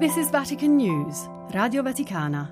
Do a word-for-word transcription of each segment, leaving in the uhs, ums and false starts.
This is Vatican News, Radio Vaticana.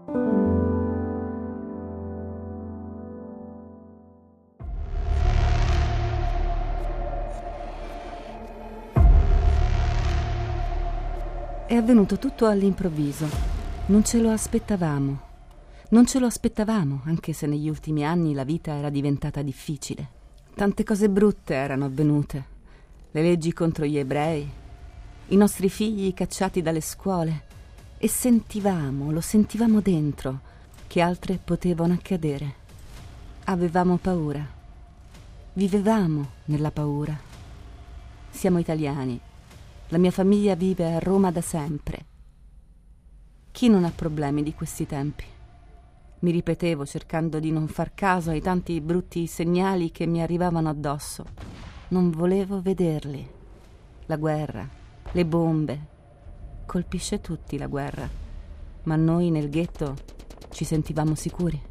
È avvenuto tutto all'improvviso. Non ce lo aspettavamo. Non ce lo aspettavamo, anche se negli ultimi anni la vita era diventata difficile. Tante cose brutte erano avvenute. Le leggi contro gli ebrei, i nostri figli cacciati dalle scuole. E sentivamo, lo sentivamo dentro, che altre potevano accadere. Avevamo paura. Vivevamo nella paura. Siamo italiani. La mia famiglia vive a Roma da sempre. Chi non ha problemi di questi tempi? Mi ripetevo cercando di non far caso ai tanti brutti segnali che mi arrivavano addosso. Non volevo vederli. La guerra, le bombe. Colpisce tutti la guerra, ma noi nel ghetto ci sentivamo sicuri.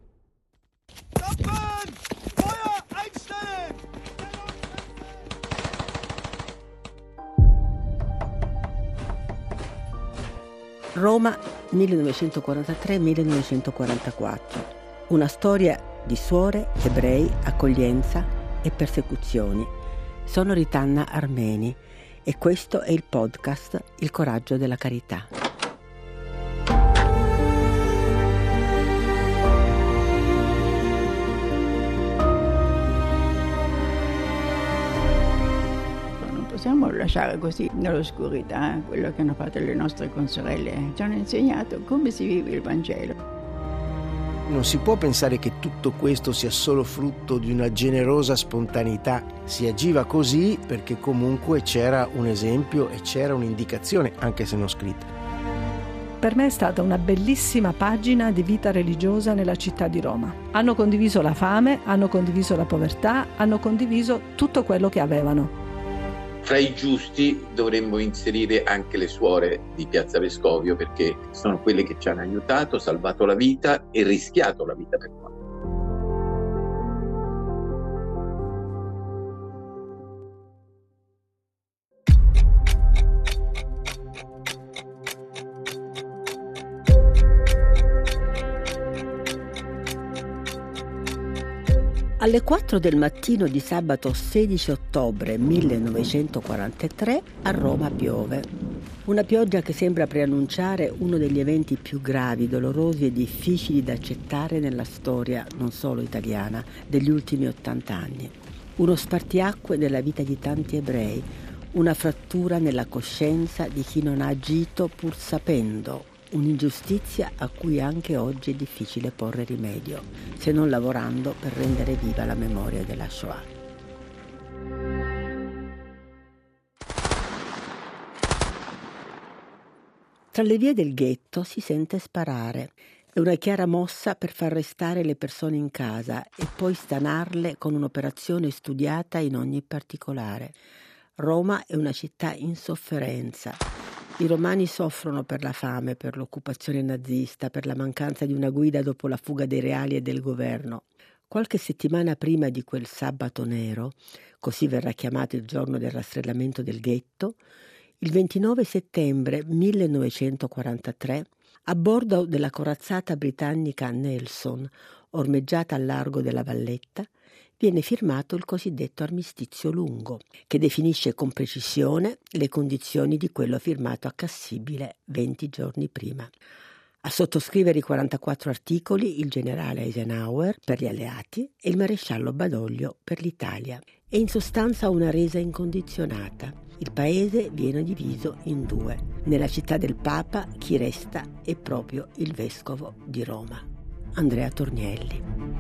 Roma millenovecentoquarantatré millenovecentoquarantaquattro. Una storia di suore, ebrei, accoglienza e persecuzioni. Sono Ritanna Armeni e questo è il podcast Il coraggio della carità. Possiamo lasciare così nell'oscurità quello che hanno fatto le nostre consorelle. Ci hanno insegnato come si vive il Vangelo. Non si può pensare che tutto questo sia solo frutto di una generosa spontaneità. Si agiva così perché comunque c'era un esempio e c'era un'indicazione, anche se non scritta. Per me è stata una bellissima pagina di vita religiosa nella città di Roma. Hanno condiviso la fame, hanno condiviso la povertà, hanno condiviso tutto quello che avevano. Tra i giusti dovremmo inserire anche le suore di Piazza Vescovio, perché sono quelle che ci hanno aiutato, salvato la vita e rischiato la vita per noi. Alle quattro del mattino di sabato sedici ottobre millenovecentoquarantatré a Roma piove. Una pioggia che sembra preannunciare uno degli eventi più gravi, dolorosi e difficili da accettare nella storia, non solo italiana, degli ultimi ottanta anni. Uno spartiacque nella vita di tanti ebrei, una frattura nella coscienza di chi non ha agito pur sapendo. Un'ingiustizia a cui anche oggi è difficile porre rimedio, se non lavorando per rendere viva la memoria della Shoah. Tra le vie del ghetto si sente sparare. È una chiara mossa per far restare le persone in casa e poi stanarle con un'operazione studiata in ogni particolare. Roma è una città in sofferenza. I romani soffrono per la fame, per l'occupazione nazista, per la mancanza di una guida dopo la fuga dei reali e del governo. Qualche settimana prima di quel sabato nero, così verrà chiamato il giorno del rastrellamento del ghetto, il ventinove settembre millenovecentoquarantatré, a bordo della corazzata britannica Nelson, ormeggiata al largo della Valletta, viene firmato il cosiddetto armistizio lungo, che definisce con precisione le condizioni di quello firmato a Cassibile venti giorni prima. A sottoscrivere i quarantaquattro articoli il generale Eisenhower per gli alleati e il maresciallo Badoglio per l'Italia. È in sostanza una resa incondizionata. Il paese viene diviso in due. Nella città del Papa chi resta è proprio il vescovo di Roma, Andrea Tornielli.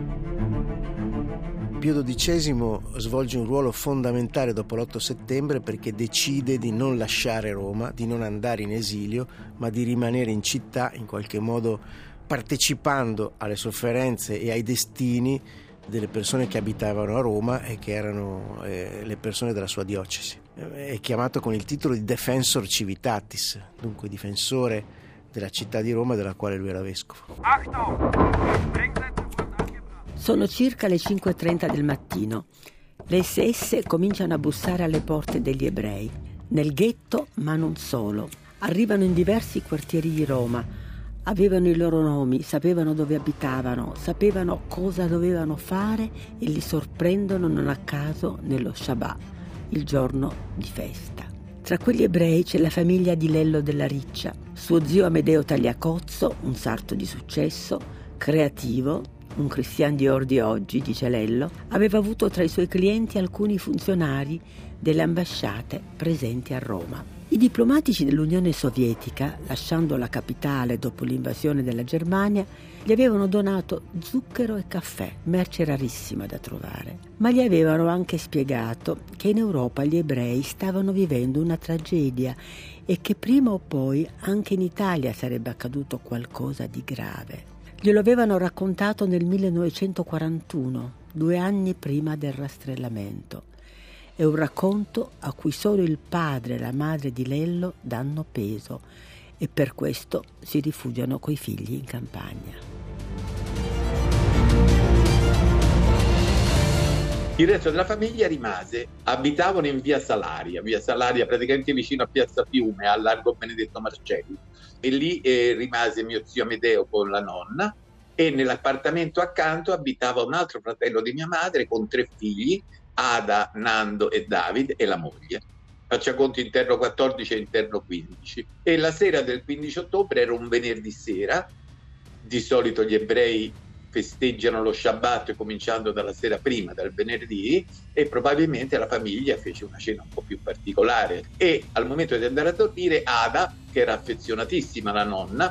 Pio dodicesimo svolge un ruolo fondamentale dopo l'otto settembre perché decide di non lasciare Roma, di non andare in esilio, ma di rimanere in città, in qualche modo partecipando alle sofferenze e ai destini delle persone che abitavano a Roma e che erano eh, le persone della sua diocesi. È chiamato con il titolo di Defensor Civitatis, dunque difensore della città di Roma della quale lui era vescovo. Sono circa le cinque e trenta del mattino. Le esse esse cominciano a bussare alle porte degli ebrei. Nel ghetto, ma non solo. Arrivano in diversi quartieri di Roma, avevano i loro nomi, sapevano dove abitavano, sapevano cosa dovevano fare e li sorprendono non a caso nello Shabbat, il giorno di festa. Tra quegli ebrei c'è la famiglia di Lello della Riccia, suo zio Amedeo Tagliacozzo, un sarto di successo, creativo, un Christian Dior di oggi, dice Lello, aveva avuto tra i suoi clienti alcuni funzionari delle ambasciate presenti a Roma. I diplomatici dell'Unione Sovietica, lasciando la capitale dopo l'invasione della Germania, gli avevano donato zucchero e caffè, merce rarissima da trovare, ma gli avevano anche spiegato che in Europa gli ebrei stavano vivendo una tragedia e che prima o poi anche in Italia sarebbe accaduto qualcosa di grave. Glielo avevano raccontato nel millenovecentoquarantuno, due anni prima del rastrellamento. È un racconto a cui solo il padre e la madre di Lello danno peso e per questo si rifugiano coi figli in campagna. Il resto della famiglia rimase, abitavano in via Salaria, via Salaria praticamente vicino a Piazza Fiume, a largo Benedetto Marcelli, e lì eh, rimase mio zio Amedeo con la nonna e nell'appartamento accanto abitava un altro fratello di mia madre con tre figli, Ada, Nando e David e la moglie. Faccia conto interno quattordici e interno quindici. E la sera del quindici ottobre era un venerdì sera, di solito gli ebrei festeggiano lo Shabbat cominciando dalla sera prima, dal venerdì, e probabilmente la famiglia fece una cena un po' più particolare e al momento di andare a dormire Ada, che era affezionatissima alla nonna,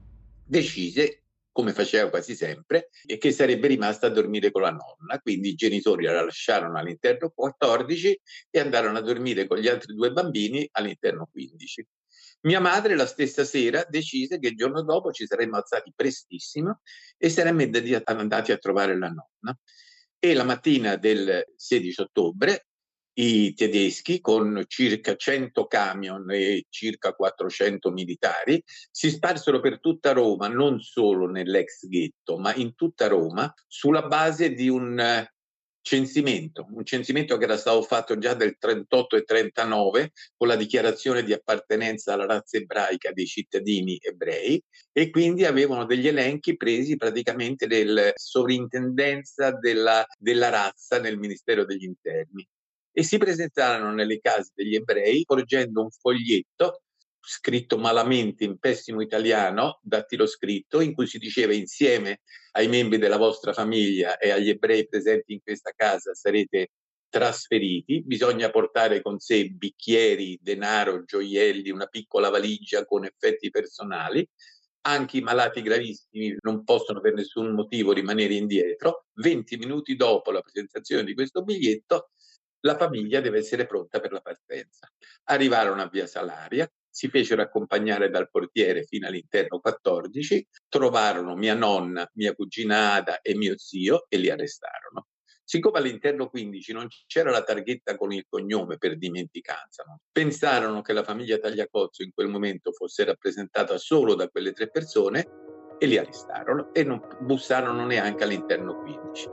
decise, come faceva quasi sempre, e che sarebbe rimasta a dormire con la nonna. Quindi i genitori la lasciarono all'interno quattordici e andarono a dormire con gli altri due bambini all'interno quindici. Mia madre la stessa sera decise che il giorno dopo ci saremmo alzati prestissimo e saremmo andati a trovare la nonna. E la mattina del sedici ottobre i tedeschi, con circa cento camion e circa quattrocento militari, si sparsero per tutta Roma, non solo nell'ex ghetto, ma in tutta Roma, sulla base di un censimento, un censimento che era stato fatto già del trentotto e trentanove con la dichiarazione di appartenenza alla razza ebraica dei cittadini ebrei, e quindi avevano degli elenchi presi praticamente dalla sovrintendenza della, della razza nel Ministero degli Interni. E si presentarono nelle case degli ebrei porgendo un foglietto scritto malamente in pessimo italiano, dattiloscritto, in cui si diceva: insieme ai membri della vostra famiglia e agli ebrei presenti in questa casa sarete trasferiti, bisogna portare con sé bicchieri, denaro, gioielli, una piccola valigia con effetti personali. Anche i malati gravissimi non possono per nessun motivo rimanere indietro. venti minuti dopo la presentazione di questo biglietto la famiglia deve essere pronta per la partenza. Arrivarono a via Salaria, si fecero accompagnare dal portiere fino all'interno quattordici, trovarono mia nonna, mia cugina Ada e mio zio e li arrestarono. Siccome all'interno quindici non c'era la targhetta con il cognome per dimenticanza, no? Pensarono che la famiglia Tagliacozzo in quel momento fosse rappresentata solo da quelle tre persone e li arrestarono e non bussarono neanche all'interno quindici.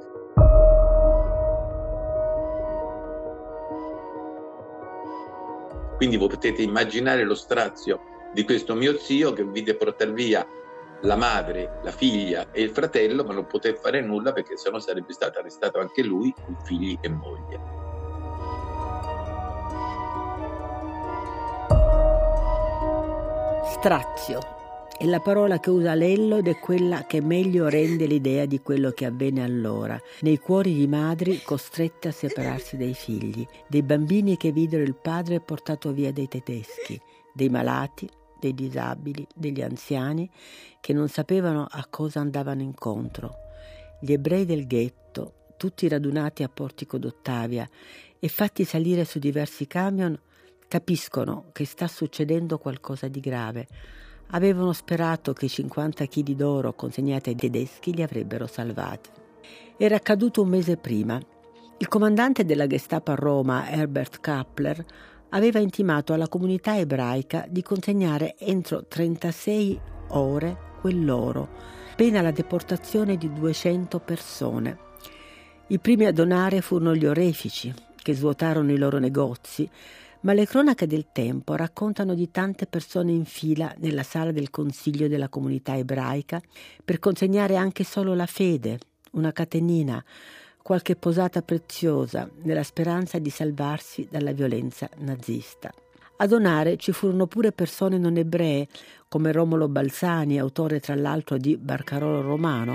Quindi voi potete immaginare lo strazio di questo mio zio che vide portare via la madre, la figlia e il fratello, ma non poté fare nulla perché sennò sarebbe stato arrestato anche lui con figli e moglie. Strazio è la parola che usa Lello ed è quella che meglio rende l'idea di quello che avvenne allora, nei cuori di madri costrette a separarsi dai figli, dei bambini che videro il padre portato via dai tedeschi, dei malati, dei disabili, degli anziani che non sapevano a cosa andavano incontro. Gli ebrei del ghetto, tutti radunati a Portico d'Ottavia e fatti salire su diversi camion, capiscono che sta succedendo qualcosa di grave. Avevano sperato che i cinquanta chili d'oro consegnati ai tedeschi li avrebbero salvati. Era accaduto un mese prima. Il comandante della Gestapo a Roma, Herbert Kappler, aveva intimato alla comunità ebraica di consegnare entro trentasei ore quell'oro, pena la deportazione di duecento persone. I primi a donare furono gli orefici, che svuotarono i loro negozi, Ma le cronache del tempo raccontano di tante persone in fila nella sala del consiglio della comunità ebraica per consegnare anche solo la fede, una catenina, qualche posata preziosa, nella speranza di salvarsi dalla violenza nazista. A donare ci furono pure persone non ebree, come Romolo Balzani, autore tra l'altro di Barcarolo Romano,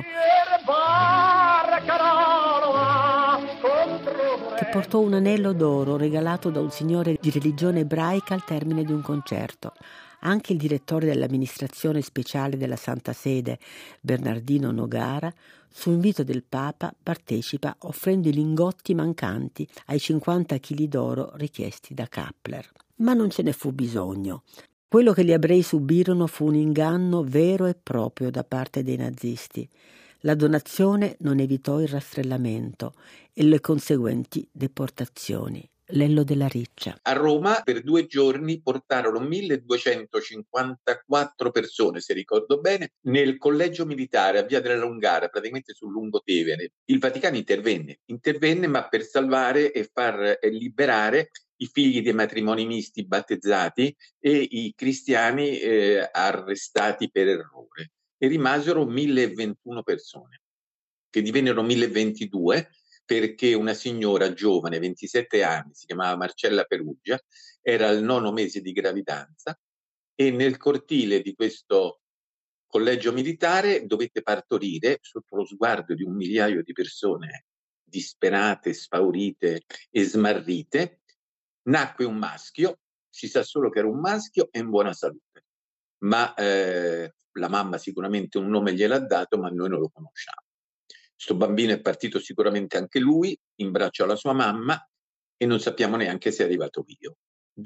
che portò un anello d'oro regalato da un signore di religione ebraica al termine di un concerto. Anche il direttore dell'amministrazione speciale della Santa Sede, Bernardino Nogara, su invito del Papa partecipa offrendo i lingotti mancanti ai cinquanta chili d'oro richiesti da Kappler. Ma non ce ne fu bisogno. Quello che gli ebrei subirono fu un inganno vero e proprio da parte dei nazisti. La donazione non evitò il rastrellamento e le conseguenti deportazioni. Lello della Riccia. A Roma per due giorni portarono milleduecentocinquantaquattro persone, se ricordo bene, nel collegio militare a Via della Lungara, praticamente sul Lungotevere. Il Vaticano intervenne, intervenne ma per salvare e far liberare i figli dei matrimoni misti battezzati e i cristiani eh, arrestati per errore. E rimasero milleventuno persone, che divennero milleventidue, perché una signora giovane, ventisette anni, si chiamava Marcella Perugia, era al nono mese di gravidanza e nel cortile di questo collegio militare dovette partorire sotto lo sguardo di un migliaio di persone disperate, spaurite e smarrite. Nacque un maschio, si sa solo che era un maschio e in buona salute, ma eh, la mamma sicuramente un nome gliel'ha dato, ma noi non lo conosciamo. Questo bambino è partito sicuramente anche lui, in braccio alla sua mamma, e non sappiamo neanche se è arrivato vivo.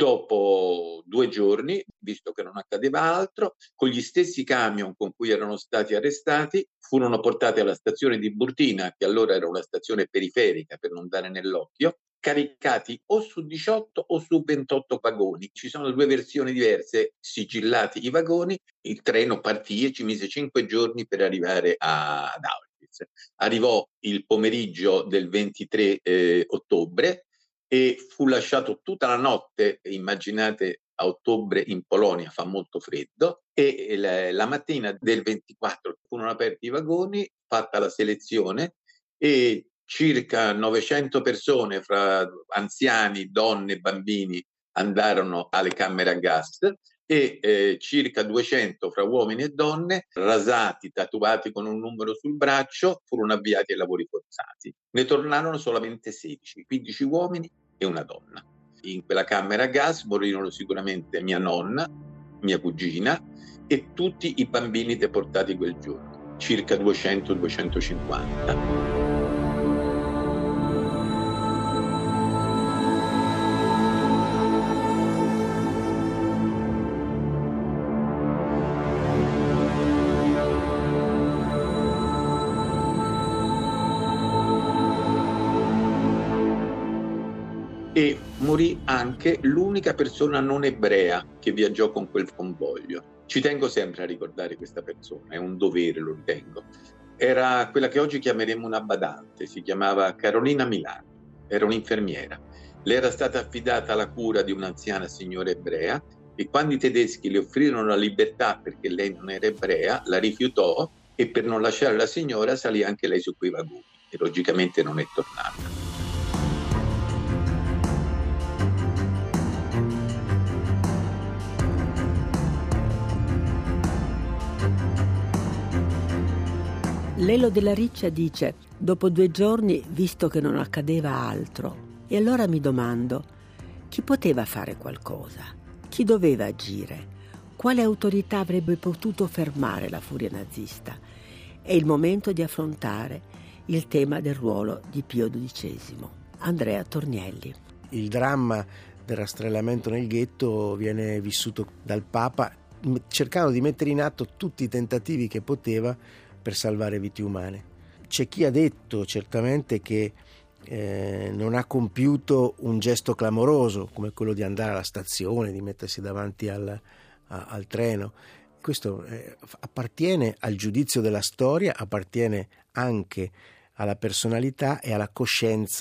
Dopo due giorni, visto che non accadeva altro, con gli stessi camion con cui erano stati arrestati, furono portati alla stazione di Burtina, che allora era una stazione periferica per non dare nell'occhio, caricati o su diciotto o su ventotto vagoni. Ci sono due versioni diverse, sigillati i vagoni, il treno partì e ci mise cinque giorni per arrivare a, ad Auschwitz. Arrivò il pomeriggio del ventitré eh, ottobre e fu lasciato tutta la notte, immaginate a ottobre in Polonia fa molto freddo, e la, la mattina del ventiquattro furono aperti i vagoni, fatta la selezione e circa novecento persone fra anziani, donne e bambini andarono alle camere a gas e eh, circa duecento fra uomini e donne, rasati, tatuati con un numero sul braccio, furono avviati ai lavori forzati. Ne tornarono solamente sedici, quindici uomini e una donna. In quella camera a gas morirono sicuramente mia nonna, mia cugina e tutti i bambini deportati quel giorno, circa duecento duecentocinquanta. E morì anche l'unica persona non ebrea che viaggiò con quel convoglio. Ci tengo sempre a ricordare questa persona, è un dovere, lo ritengo. Era quella che oggi chiameremo una badante, si chiamava Carolina Milano, era un'infermiera. Le era stata affidata la cura di un'anziana signora ebrea e quando i tedeschi le offrirono la libertà perché lei non era ebrea, la rifiutò e per non lasciare la signora salì anche lei su quei vagoni e logicamente non è tornata. Lello della Riccia dice: dopo due giorni, visto che non accadeva altro, e allora mi domando, chi poteva fare qualcosa? Chi doveva agire? Quale autorità avrebbe potuto fermare la furia nazista? È il momento di affrontare il tema del ruolo di Pio dodicesimo. Andrea Tornielli. Il dramma del rastrellamento nel ghetto viene vissuto dal Papa cercando di mettere in atto tutti i tentativi che poteva per salvare vite umane. C'è chi ha detto certamente che eh, non ha compiuto un gesto clamoroso come quello di andare alla stazione, di mettersi davanti al, a, al treno. Questo eh, appartiene al giudizio della storia, appartiene anche alla personalità e alla coscienza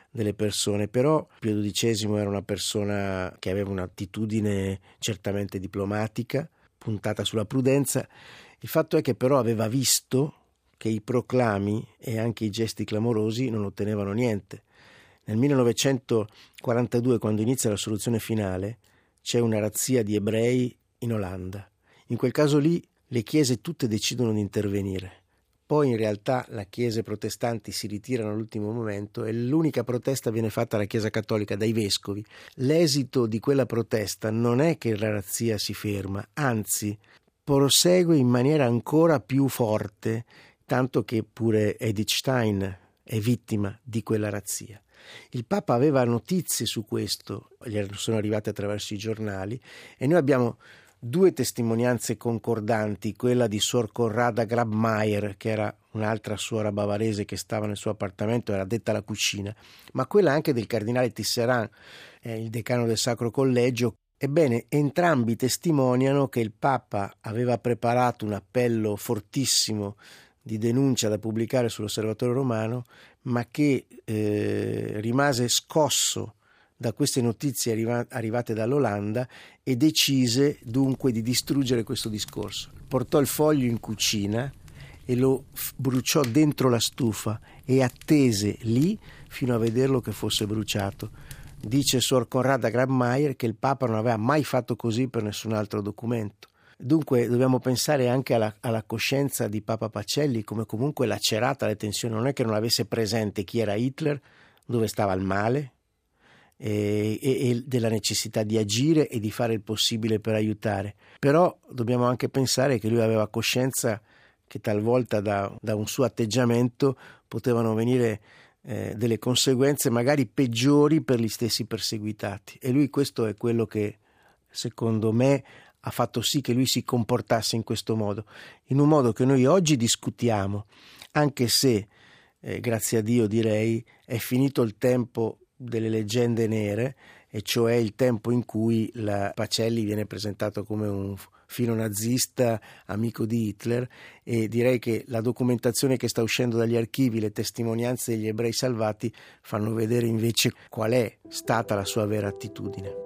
delle persone, però Pio dodicesimo era una persona che aveva un'attitudine certamente diplomatica, puntata sulla prudenza. Il fatto è che però aveva visto che i proclami e anche i gesti clamorosi non ottenevano niente. Nel millenovecentoquarantadue, quando inizia la soluzione finale, c'è una razzia di ebrei in Olanda. In quel caso lì le chiese tutte decidono di intervenire. Poi in realtà le chiese protestanti si ritirano all'ultimo momento e l'unica protesta viene fatta alla Chiesa Cattolica dai vescovi. L'esito di quella protesta non è che la razzia si ferma, anzi prosegue in maniera ancora più forte, tanto che pure Edith Stein è vittima di quella razzia. Il Papa aveva notizie su questo, gli sono arrivate attraverso i giornali, e noi abbiamo due testimonianze concordanti, quella di Suor Conrada Grabmaier, che era un'altra suora bavarese che stava nel suo appartamento, era addetta alla cucina, ma quella anche del cardinale Tisserand, eh, il decano del Sacro Collegio. Ebbene, entrambi testimoniano che il Papa aveva preparato un appello fortissimo di denuncia da pubblicare sull'Osservatore Romano, ma che eh, rimase scosso da queste notizie arriva- arrivate dall'Olanda e decise dunque di distruggere questo discorso. Portò il foglio in cucina e lo f- bruciò dentro la stufa e attese lì fino a vederlo che fosse bruciato. Dice Suor Conrada Grabmaier che il Papa non aveva mai fatto così per nessun altro documento. Dunque dobbiamo pensare anche alla, alla coscienza di Papa Pacelli, come comunque lacerata le tensioni. Non è che non avesse presente chi era Hitler, dove stava il male e, e, e della necessità di agire e di fare il possibile per aiutare. Però dobbiamo anche pensare che lui aveva coscienza che talvolta da, da un suo atteggiamento potevano venire eh, delle conseguenze magari peggiori per gli stessi perseguitati. E lui, questo è quello che secondo me ha fatto sì che lui si comportasse in questo modo, in un modo che noi oggi discutiamo, anche se, eh, grazie a Dio direi, è finito il tempo delle leggende nere, e cioè il tempo in cui la Pacelli viene presentato come un filo nazista, amico di Hitler, e direi che la documentazione che sta uscendo dagli archivi, le testimonianze degli ebrei salvati, fanno vedere invece qual è stata la sua vera attitudine.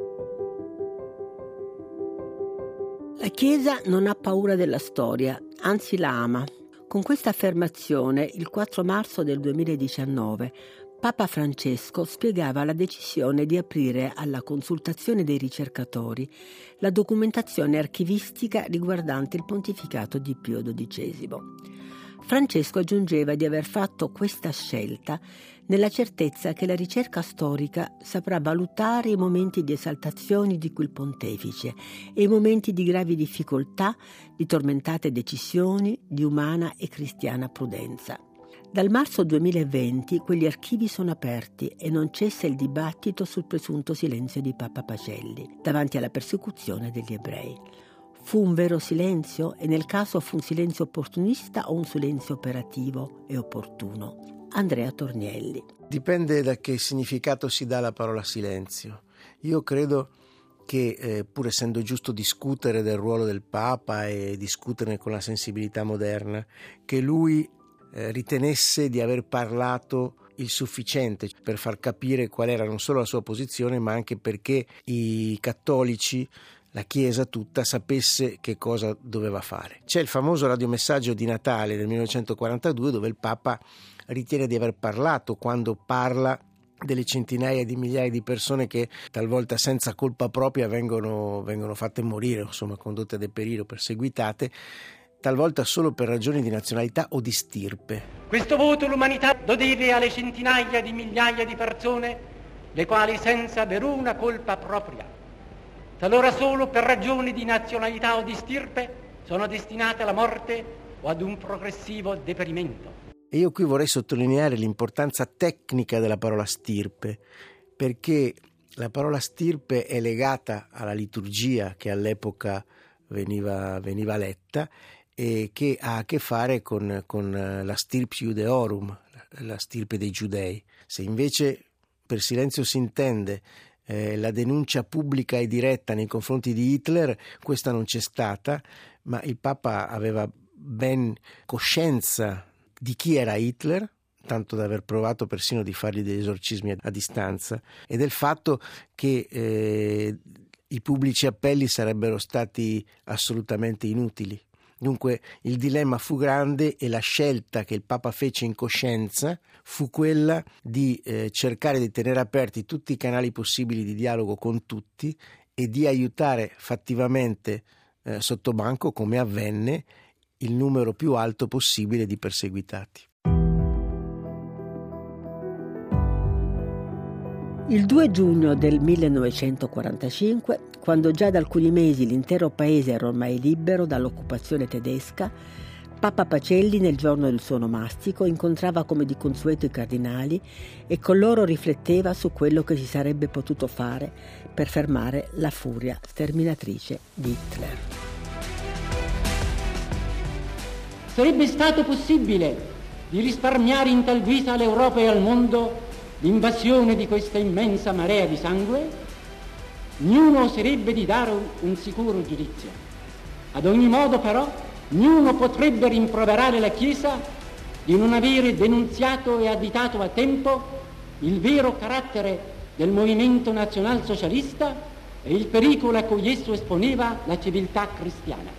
La Chiesa non ha paura della storia, anzi la ama. Con questa affermazione, il quattro marzo del duemiladiciannove, Papa Francesco spiegava la decisione di aprire alla consultazione dei ricercatori la documentazione archivistica riguardante il pontificato di Pio dodicesimo. Francesco aggiungeva di aver fatto questa scelta nella certezza che la ricerca storica saprà valutare i momenti di esaltazione di quel pontefice e i momenti di gravi difficoltà, di tormentate decisioni, di umana e cristiana prudenza. Dal marzo duemilaventi quegli archivi sono aperti e non cessa il dibattito sul presunto silenzio di Papa Pacelli davanti alla persecuzione degli ebrei. Fu un vero silenzio e nel caso fu un silenzio opportunista o un silenzio operativo e opportuno? Andrea Tornielli. Dipende da che significato si dà alla parola silenzio. Io credo che eh, pur essendo giusto discutere del ruolo del Papa e discuterne con la sensibilità moderna, che lui eh, ritenesse di aver parlato il sufficiente per far capire qual era non solo la sua posizione, ma anche perché i cattolici, la Chiesa tutta, sapesse che cosa doveva fare. C'è il famoso radiomessaggio di Natale del millenovecentoquarantadue dove il Papa ritiene di aver parlato, quando parla delle centinaia di migliaia di persone che talvolta senza colpa propria vengono, vengono fatte morire, insomma condotte a deperire o perseguitate, talvolta solo per ragioni di nazionalità o di stirpe. Questo voto l'umanità lo deve alle centinaia di migliaia di persone le quali senza veruna colpa propria, talora solo per ragioni di nazionalità o di stirpe, sono destinate alla morte o ad un progressivo deperimento. E io qui vorrei sottolineare l'importanza tecnica della parola stirpe, perché la parola stirpe è legata alla liturgia che all'epoca veniva, veniva letta e che ha a che fare con, con la stirpe Iudeorum, la stirpe dei giudei. Se invece per silenzio si intende eh, la denuncia pubblica e diretta nei confronti di Hitler, questa non c'è stata, ma il Papa aveva ben coscienza di chi era Hitler, tanto da aver provato persino di fargli degli esorcismi a, a distanza, e del fatto che eh, i pubblici appelli sarebbero stati assolutamente inutili. Dunque il dilemma fu grande e la scelta che il Papa fece in coscienza fu quella di eh, cercare di tenere aperti tutti i canali possibili di dialogo con tutti e di aiutare fattivamente eh, sotto banco, come avvenne, il numero più alto possibile di perseguitati. Il due giugno del millenovecentoquarantacinque, quando già da alcuni mesi l'intero paese era ormai libero dall'occupazione tedesca, Papa Pacelli, nel giorno del suo onomastico, incontrava come di consueto i cardinali e con loro rifletteva su quello che si sarebbe potuto fare per fermare la furia sterminatrice di Hitler. Sarebbe stato possibile di risparmiare in tal guisa all'Europa e al mondo l'invasione di questa immensa marea di sangue? Niuno oserebbe di dare un sicuro giudizio. Ad ogni modo, però, niuno potrebbe rimproverare la Chiesa di non avere denunziato e additato a tempo il vero carattere del movimento nazionalsocialista e il pericolo a cui esso esponeva la civiltà cristiana.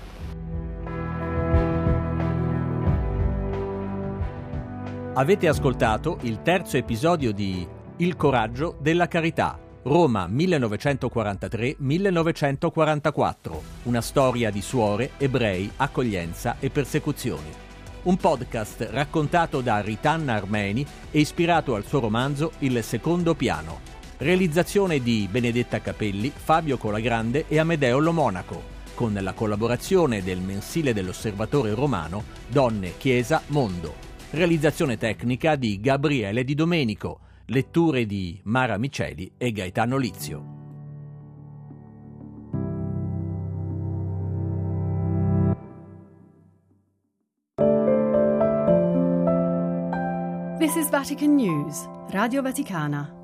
Avete ascoltato il terzo episodio di Il coraggio della carità, Roma millenovecentoquarantatré millenovecentoquarantaquattro, una storia di suore, ebrei, accoglienza e persecuzioni. Un podcast raccontato da Ritanna Armeni e ispirato al suo romanzo Il secondo piano. Realizzazione di Benedetta Capelli, Fabio Colagrande e Amedeo Lo Monaco, con la collaborazione del mensile dell'Osservatore Romano Donne, Chiesa, Mondo. Realizzazione tecnica di Gabriele Di Domenico, letture di Mara Miceli e Gaetano Lizio. This is Vatican News, Radio Vaticana.